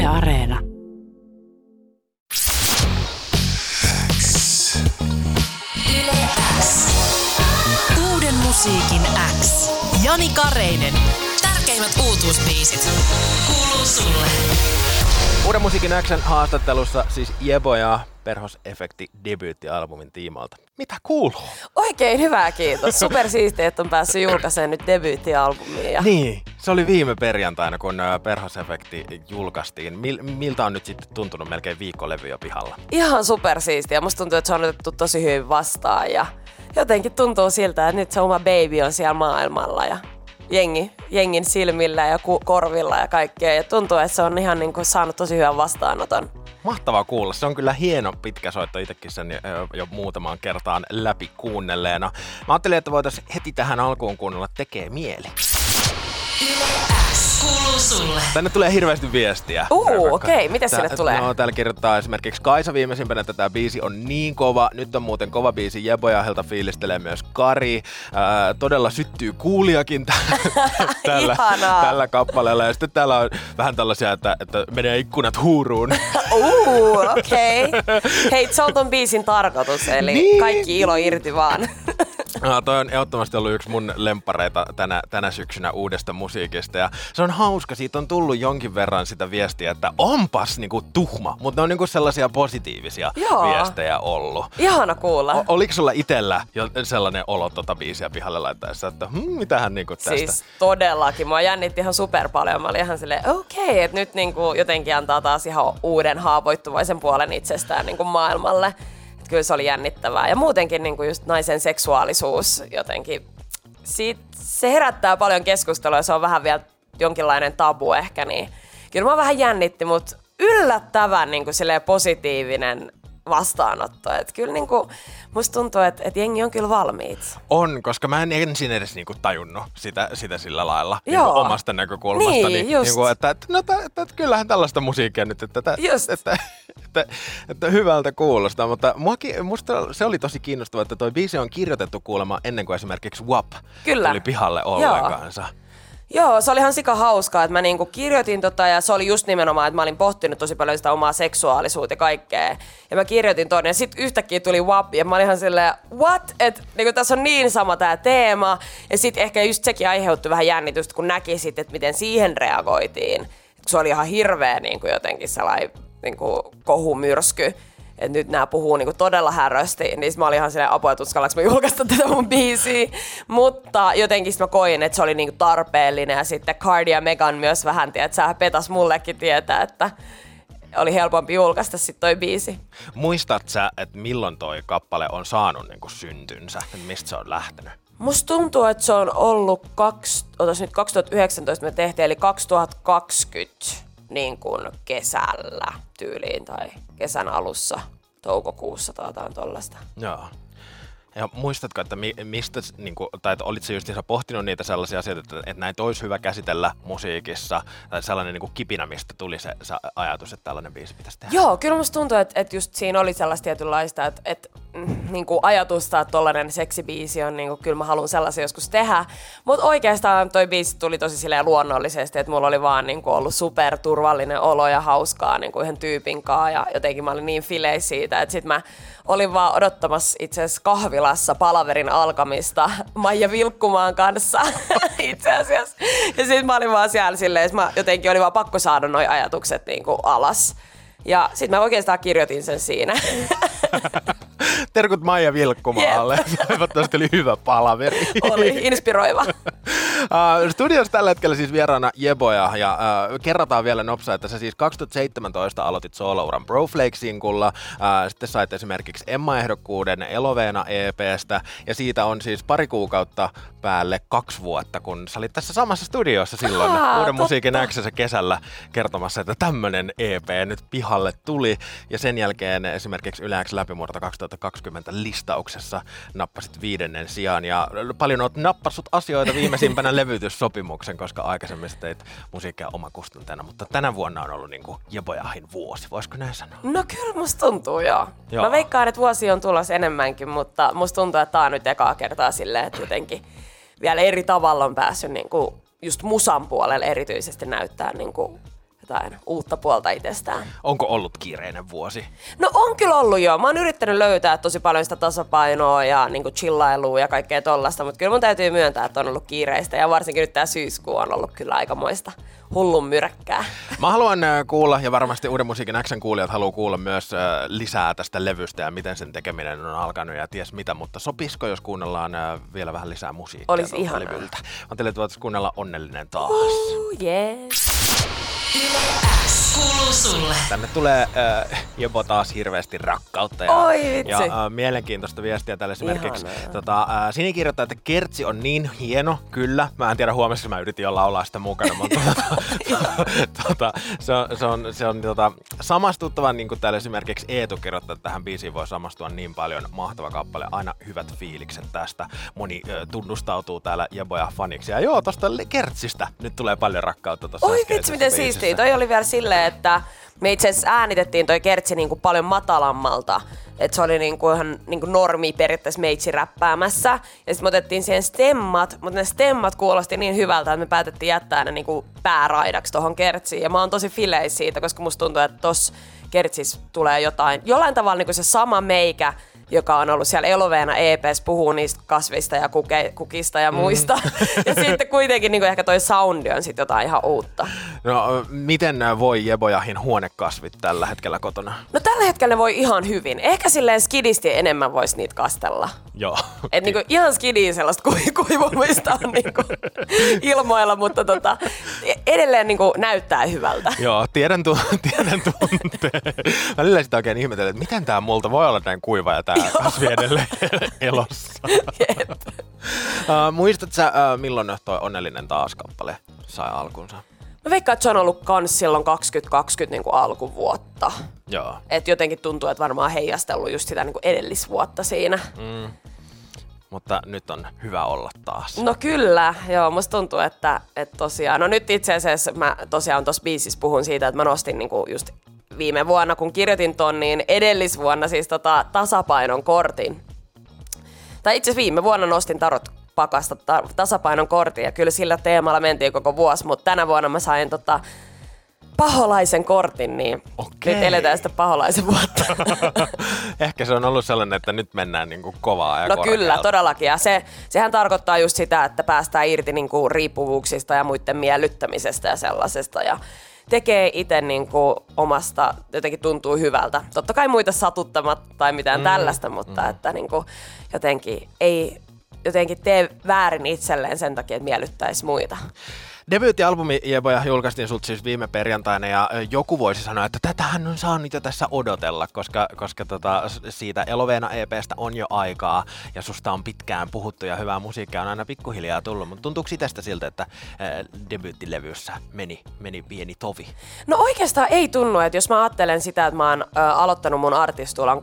Yle Areena. Yle X. Uuden musiikin X. Jani Kareinen. Tärkeimmät uutuusbiisit. Kuuluu sulle. Uuden musiikin X:n haastattelussa siis Jebo ja Perhos-efekti debyyttialbumin tiimoilta. Mitä kuuluu? Oikein hyvä, kiitos. Supersiistiä, että on päässyt julkaisemaan nyt debyyttialbumia. Niin, se oli viime perjantaina, kun Perhos-efekti julkaistiin. Miltä on nyt sitten tuntunut melkein viikkolevy jo pihalla? Ihan supersiistiä. Musta tuntuu, että se on otettu tosi hyvin vastaan ja jotenkin tuntuu siltä, että nyt se oma baby on siellä maailmalla ja jengin silmillä ja korvilla ja kaikkea. Ja tuntuu, että se on ihan niin kuin saanut tosi hyvän vastaanoton. Mahtavaa kuulla. Se on kyllä hieno pitkä soitto, itsekin sen jo muutamaan kertaan läpi kuunnelleena. Mä ajattelin, että voitaisiin heti tähän alkuun kuunnella Tekee mieli. Yle X. Kuuluu sulle. Tänne tulee hirveästi viestiä. Okei. Mitä sinne tulee? No, täällä kirjoittaa esimerkiksi Kaisa viimeisimpänä, että tämä biisi on niin kova. Nyt on muuten kova biisi. Jebo ja Helta fiilistelee myös Kari. Todella syttyy kuulijakin tällä kappaleella. Ja sitten täällä on vähän tällaisia, että menee ikkunat huuruun. Okei. Hei, se on ton biisin tarkoitus, eli niin. Kaikki ilo irti vaan. Toi on ehdottomasti ollut yksi mun lemppareita tänä syksynä uudesta musiikista. Ja se on hauska, siitä on tullut jonkin verran sitä viestiä, että onpas niinku tuhma, mutta ne on niinku sellaisia positiivisia viestejä ollut. Ihana kuulla. Oliko sulla itsellä jo sellainen olo biisiä pihalle laittaessa, että mitähän niinku tästä? Siis todellakin. Mua jännitti ihan super paljon. Mä olin ihan silleen, okei, että nyt niinku jotenkin antaa taas ihan uuden haavoittuvaisen puolen itsestään niinku maailmalle. Että kyllä se oli jännittävää. Ja muutenkin niinku just naisen seksuaalisuus jotenkin, se herättää paljon keskustelua ja se on vähän vielä jonkinlainen tabu ehkä. Niin kyllä mä vähän jännitti, mutta yllättävän niinku silleen positiivinen vastaanotto. Että kyllä niinku, musta tuntuu, että jengi on kyllä valmiit. On, koska mä en ensin edes niinku tajunnut sitä sillä lailla niinku omasta näkökulmasta. Niinku, että kyllähän tällaista musiikkia nyt, että hyvältä kuulostaa. Mutta musta se oli tosi kiinnostavaa, että toi biisi on kirjoitettu kuulemma ennen kuin esimerkiksi WAP tuli pihalle ollenkaansa. Joo, se oli ihan sika hauskaa, että mä niinku kirjoitin ja se oli just nimenomaan, että mä olin pohtinut tosi paljon sitä omaa seksuaalisuutta ja kaikkea. Ja mä kirjoitin ja sit yhtäkkiä tuli WAP ja mä olin ihan silleen, what? Että niinku tässä on niin sama tää teema. Ja sit ehkä just sekin aiheutti vähän jännitystä, kun näki sit, että miten siihen reagoitiin. Se oli ihan hirveä niinku jotenkin sellainen niinku kohumyrsky. Että nyt nää puhuu niinku todella härösti, niin mä olin ihan silleen apua, että uskallanko mä julkaista tätä mun biisiä. Mutta jotenkin mä koin, että se oli niinku tarpeellinen ja sitten Cardi ja Megan myös vähän, että sä petas mullekin tietää, että oli helpompi julkaista sit toi biisi. Muistat sä, että milloin toi kappale on saanut niinku syntynsä, että mistä se on lähtenyt? Musta tuntuu, että se on ollut 2019 me tehtiin, eli 2020 niin kuin kesällä tyyliin tai kesän alussa, toukokuussa tai jotain tollaista. Joo. Ja muistatko, että mistä, niinku, tai että olitko just pohtinut niitä sellaisia asioita, että näitä olisi hyvä käsitellä musiikissa, tai sellainen niinku kipinä, mistä tuli se ajatus, että tällainen biisi pitäisi tehdä? Joo, kyllä musta tuntuu, että just siinä oli sellaista tietynlaista, että niinku ajatusta, että tollainen seksibiisi on, niinku, kyllä mä haluan sellaisen joskus tehdä, mutta oikeastaan toi biisi tuli tosi silleen luonnollisesti, että mulla oli vaan niinku ollut superturvallinen olo ja hauskaa niinku yhden tyypin kanssa, ja jotenkin mä olin niin fileis siitä, että sit mä olin vaan odottamassa itse asiassa kahvilassa palaverin alkamista Maija Vilkkumaan kanssa itse asiassa. Ja sit mä olin vaan siellä silleen, että mä jotenkin oli vaan pakko saada noi ajatukset niinku alas. Ja sit mä oikeastaan kirjoitin sen siinä. Terkut Maija Vilkkumaalle. Toivottavasti oli hyvä palaveri. Oli inspiroiva. Studiossa tällä hetkellä siis vieraana Jeboja ja kerrataan vielä nopsaa, että sä siis 2017 aloitit soolouran Broflake-sinkulla. Sitten sait esimerkiksi Emma-ehdokkuuden Eloveena EP:stä ja siitä on siis pari kuukautta päälle 2 vuotta, kun sä olit tässä samassa studiossa silloin Uuden musiikin X:ssä kesällä kertomassa, että tämmönen EP nyt pihalle tuli ja sen jälkeen esimerkiksi Yle X läpimurto 2020 listauksessa nappasit 5. sijaan ja paljon oot nappassut asioita viimeisimpänä levytyssopimuksen, koska aikaisemmin sä teit musiikkia omakustanteena, mutta tänä vuonna on ollut niinku Jebojahin vuosi, voisiko näin sanoa? No kyllä musta tuntuu, joo. Mä veikkaan, että vuosi on tulossa enemmänkin, mutta musta tuntuu, että tää on nyt ekaa kertaa silleen, että jotenkin vielä eri tavalla on päässyt niinku just musan puolelle erityisesti näyttää niinku jotain uutta puolta itsestään. Onko ollut kiireinen vuosi? No on kyllä ollut joo. Mä oon yrittänyt löytää tosi paljon sitä tasapainoa ja niinku chillailua ja kaikkea tollasta, mutta kyllä mun täytyy myöntää, että on ollut kiireistä ja varsinkin nyt tää syyskuu on ollut kyllä aikamoista hullun myräkkää. Mä haluan kuulla, ja varmasti Uuden musiikin X:n kuulijat haluaa kuulla myös lisää tästä levystä ja miten sen tekeminen on alkanut ja ties mitä, mutta sopisiko, jos kuunnellaan vielä vähän lisää musiikkia? Olisi ihanaa. Levyltä. Mä ajattelin, että voitaisiin kuunnella Onnellinen taas. Yes. Yle X kuuluu sulle. Tänne tulee Jebo taas hirveästi rakkautta Oi, vitsi. ja mielenkiintoista viestiä tälle esimerkiksi. Sini kirjoittaa, että Kertsi on niin hieno, kyllä. Mä en tiedä, huomasiko mä yritin jo laulaa sitä mukana, mutta se on samastuttavan, niin kuin täällä esimerkiksi Eetu kirjoittaa, että tähän biisiin voi samastua niin paljon. Mahtava kappale, aina hyvät fiilikset tästä. Moni tunnustautuu täällä Jeboja faniksi. Ja joo, tosta Kertsistä nyt tulee paljon rakkautta tossa. Oi vitsi, miten siistiä. Toi oli vielä silleen, että me itse asiassa äänitettiin toi Kertsi niinku paljon matalammalta. Että se oli niinku ihan niinku normi periaatteessa meitsi räppäämässä. Ja sitten me otettiin siihen stemmat, mutta ne stemmat kuulosti niin hyvältä, että me päätettiin jättää ne niinku pääraidaksi tohon Kertsiin. Ja mä oon tosi fileis siitä, koska musta tuntuu, että tossa Kertsissä tulee jollain tavalla niinku se sama meikä, joka on ollut siellä Eloveena EP:ssä, puhuu niistä kasvista ja kukista ja muista. Ja sitten kuitenkin niin ehkä toi soundi on sitten jotain ihan uutta. No, miten voi Jebojahin huonekasvit tällä hetkellä kotona? No tällä hetkellä ne voi ihan hyvin. Ehkä silleen skidisti enemmän voisi niitä kastella. Joo. Et niinku ihan skidiin sellaista kuivumista on niinku ilmoilla, mutta edelleen niinku näyttää hyvältä. Joo, tiedän tunteen. Välillä sitä oikein ihmetellä, että miten tää multa voi olla näin kuiva ja tää kasvi edelleen elossa. Muistatko sä, milloin toi Onnellinen taas kappale sai alkunsa? Mä veikkaan, että se on ollut kans silloin 2020 niin kuin alkuvuotta. Joo. Et jotenkin tuntuu, että varmaan heijastellut just sitä niin kuin edellisvuotta siinä. Mutta nyt on hyvä olla taas. No kyllä, joo, musta tuntuu, että tosiaan. No nyt itse asiassa mä tosiaan tuossa biisissä puhun siitä, että mä nostin niin kuin just viime vuonna, kun kirjoitin ton, niin edellisvuonna siis tasapainon kortin. Tai itse asiassa viime vuonna nostin Tarot pakasta tasapainon kortin ja kyllä sillä teemalla mentiin koko vuosi, mutta tänä vuonna mä sain paholaisen kortin, niin nyt eletään sitä paholaisen vuotta. Ehkä se on ollut sellainen, että nyt mennään niinku kovaa ja no korkealta. Kyllä, todellakin. Ja sehän tarkoittaa just sitä, että päästään irti niinku riippuvuuksista ja muiden miellyttämisestä ja sellaisesta. Ja tekee itse niinku omasta, jotenkin tuntuu hyvältä. Totta kai muita satuttamatta tai mitään tällaista, mutta että niinku jotenkin ei jotenkin tee väärin itselleen sen takia, että miellyttäisi muita. Debyyttialbumi Jeboja julkaistiin sulta siis viime perjantaina ja joku voisi sanoa, että tätähän on saanut jo tässä odotella, koska siitä Eloveena EP:stä on jo aikaa ja susta on pitkään puhuttu ja hyvää musiikkia on aina pikkuhiljaa tullut, mutta tuntuuko itsestä siltä, että debyyttilevyssä meni pieni tovi? No oikeastaan ei tunnu, että jos mä ajattelen sitä, että mä oon aloittanut mun artistuulan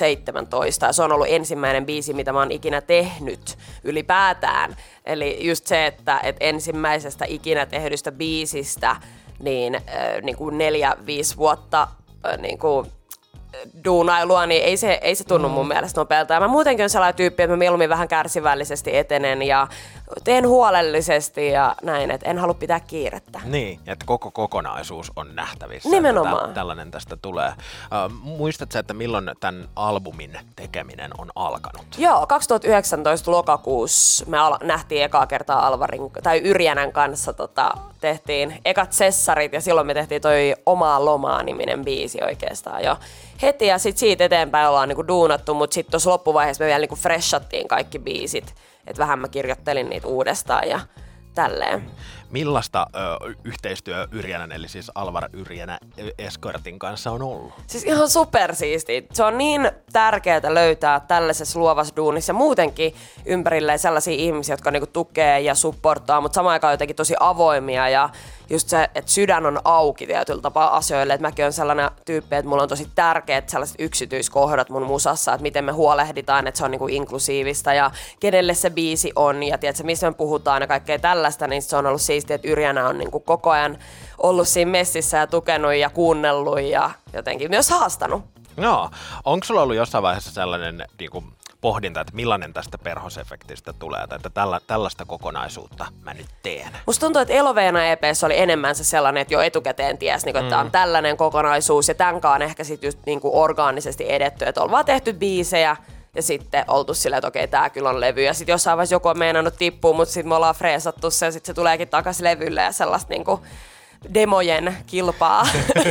2017 ja se on ollut ensimmäinen biisi, mitä mä oon ikinä tehnyt ylipäätään. Eli just se, että ensimmäisestä ikinä tehdystä biisistä niin kuin 4-5 vuotta niin kuin duunailua, niin ei se tunnu mun mielestä nopealta. Ja mä muutenkin on sellainen tyyppi, että mä mieluummin vähän kärsivällisesti etenen ja teen huolellisesti ja näin, että en halua pitää kiirettä. Niin, että koko kokonaisuus on nähtävissä. Nimenomaan. Tällainen tästä tulee. Muistatko, että milloin tämän albumin tekeminen on alkanut? Joo, 2019 lokakuussa me nähtiin ekaa kertaa Yrjänän kanssa tehtiin ekat sessarit ja silloin me tehtiin toi Omaa lomaa -niminen biisi oikeastaan jo heti ja sit siitä eteenpäin ollaan niinku duunattu, mutta sitten tuossa loppuvaiheessa me vielä niinku freshattiin kaikki biisit, että vähän mä kirjoittelin niitä uudestaan ja tälleen. Millaista yhteistyö Yrjänän, eli siis Alvar Yrjänä Escortin kanssa on ollut? Siis ihan supersiistiä. Se on niin tärkeää löytää tällaisessa luovassa duunissa ja muutenkin ympärille sellaisia ihmisiä, jotka niinku tukee ja supporttaa, mutta samaan aikaan jotenkin tosi avoimia ja just se, että sydän on auki tietyllä tapaa asioille. Että mäkin olen sellainen tyyppi, että mulla on tosi tärkeät sellaiset yksityiskohdat mun musassa, että miten me huolehditaan, että se on niinku inklusiivista ja kenelle se biisi on ja tiedätkö, mistä me puhutaan ja kaikkea tällaista, niin se on ollut siistiä, että Yrjänä on niinku koko ajan ollut siinä messissä ja tukenut ja kuunnellut ja jotenkin myös haastanut. Joo. Onko sulla ollut jossain vaiheessa sellainen niinku pohdinta, että millainen tästä perhosefektistä tulee, tai että tällaista kokonaisuutta mä nyt teen. Musta tuntuu, että Eloveena EP:ssä oli enemmän se sellainen, että jo etukäteen ties, niin että on tällainen kokonaisuus, ja tämänkaan ehkä sitten just niin orgaanisesti edetty, että on vaan tehty biisejä, ja sitten oltu silleen, että okei, tää kyllä on levy. Ja sitten jossain vaiheessa joku on meinannut tippua, mutta sitten me ollaan freesattu se, ja sitten se tuleekin takaisin levylle, ja sellaista niinku demojen kilpaa.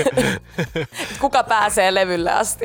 Kuka pääsee levylle asti.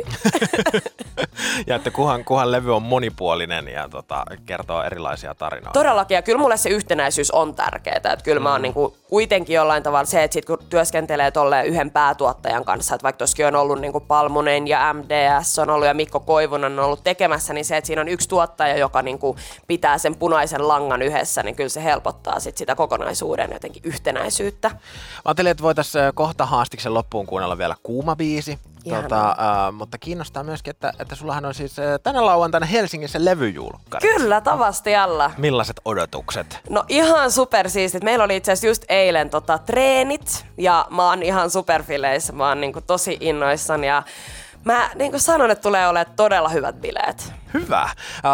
Ja että kunhan levy on monipuolinen ja kertoo erilaisia tarinoita. Todellakin, ja kyllä mulle se yhtenäisyys on tärkeää. Että kyllä mä oon niinku kuitenkin jollain tavalla se, että sit kun työskentelee tolleen yhden päätuottajan kanssa, että vaikka toskin on ollut niinku Palmunen ja MDS on ollut ja Mikko Koivunen on ollut tekemässä, niin se, että siinä on yksi tuottaja, joka niinku pitää sen punaisen langan yhdessä, niin kyllä se helpottaa sit sitä kokonaisuuden jotenkin yhtenäisyyttä. Mä ajattelin, että voitaisiin kohta haastiksen loppuun kuunnella vielä Kuuma biisi. Mutta kiinnostaa myöskin, että sullahan on siis tänä lauantaina Helsingissä levyjulkkari. Kyllä, tavasti alla. Millaiset odotukset? No ihan supersiistit. Meillä oli itse asiassa just eilen treenit ja mä oon ihan superfileissä. Mä oon niinku tosi innoissani ja mä niinku sanon, että tulee olemaan todella hyvät bileet. Hyvä.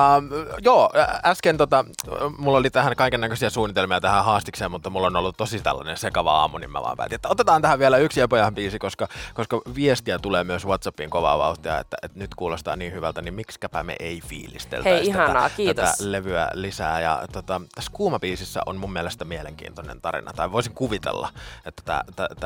Äsken mulla oli tähän kaikennäköisiä suunnitelmia tähän haastikseen, mutta mulla on ollut tosi tällainen sekava aamu, niin mä vaan päätin, että otetaan tähän vielä yksi Jebojan biisi, koska viestiä tulee myös WhatsAppiin kovaa vauhtia, että nyt kuulostaa niin hyvältä, niin miksikäpä me ei fiilisteltäisi tätä levyä lisää. Ja tässä Kuuma biisissä on mun mielestä mielenkiintoinen tarina, tai voisin kuvitella, että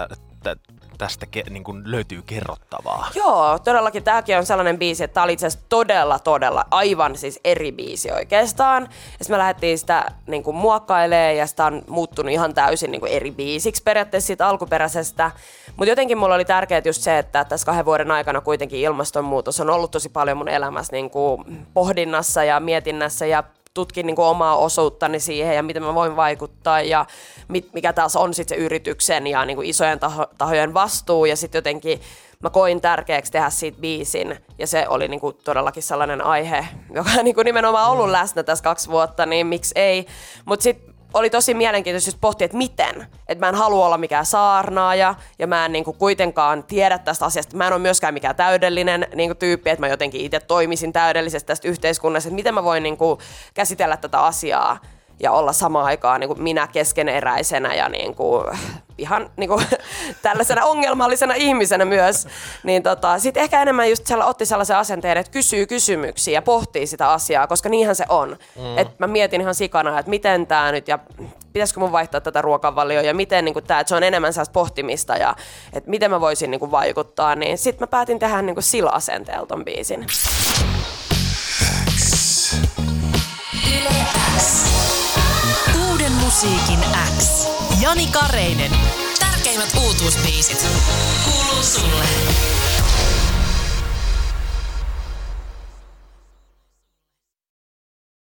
tästä niin kuin löytyy kerrottavaa. Joo, todellakin tämäkin on sellainen biisi, että tämä oli itse asiassa todella aivan siis eri biisi oikeastaan. Ja sitten me lähdettiin sitä niin kuin muokkailemaan ja sitä on muuttunut ihan täysin niin kuin eri biisiksi periaatteessa siitä alkuperäisestä. Mutta jotenkin mulla oli tärkeää just se, että tässä 2 vuoden aikana kuitenkin ilmastonmuutos on ollut tosi paljon mun elämässä niin kuin pohdinnassa ja mietinnässä ja tutkin niin kuin omaa osuuttani siihen ja miten mä voin vaikuttaa ja mikä taas on sitten se yrityksen ja niin kuin isojen tahojen vastuu ja sitten jotenkin mä koin tärkeäksi tehdä siitä biisin ja se oli niin kuin todellakin sellainen aihe, joka on niin kuin nimenomaan ollut läsnä tässä 2 vuotta, niin miksi ei, mutta sitten oli tosi mielenkiintoista just pohtia, että miten. Että mä en halua olla mikään saarnaaja ja mä en niinku kuitenkaan tiedä tästä asiasta. Mä en ole myöskään mikään täydellinen niinku tyyppi, että mä jotenkin itse toimisin täydellisesti tästä yhteiskunnasta. Että miten mä voin niinku käsitellä tätä asiaa ja olla samaan aikaan niinku minä keskeneräisenä ja niinku ihan niinku tällaisena ongelmallisena ihmisenä myös. Niin sit ehkä enemmän just otti sellaisen asenteen, että kysyy kysymyksiä ja pohtii sitä asiaa, koska niinhän se on. Että mä mietin ihan sikana, että miten tää nyt ja pitäisikö mun vaihtaa tätä ruokavalioa ja miten niinku tää, että se on enemmän sellaista pohtimista ja että miten mä voisin niinku vaikuttaa. Niin sit mä päätin tehdä niinku sillä asenteella ton biisin. Uuden musiikin X. Jani Kareinen. Tärkeimmät uutuusbiisit. Kuuluu sulle.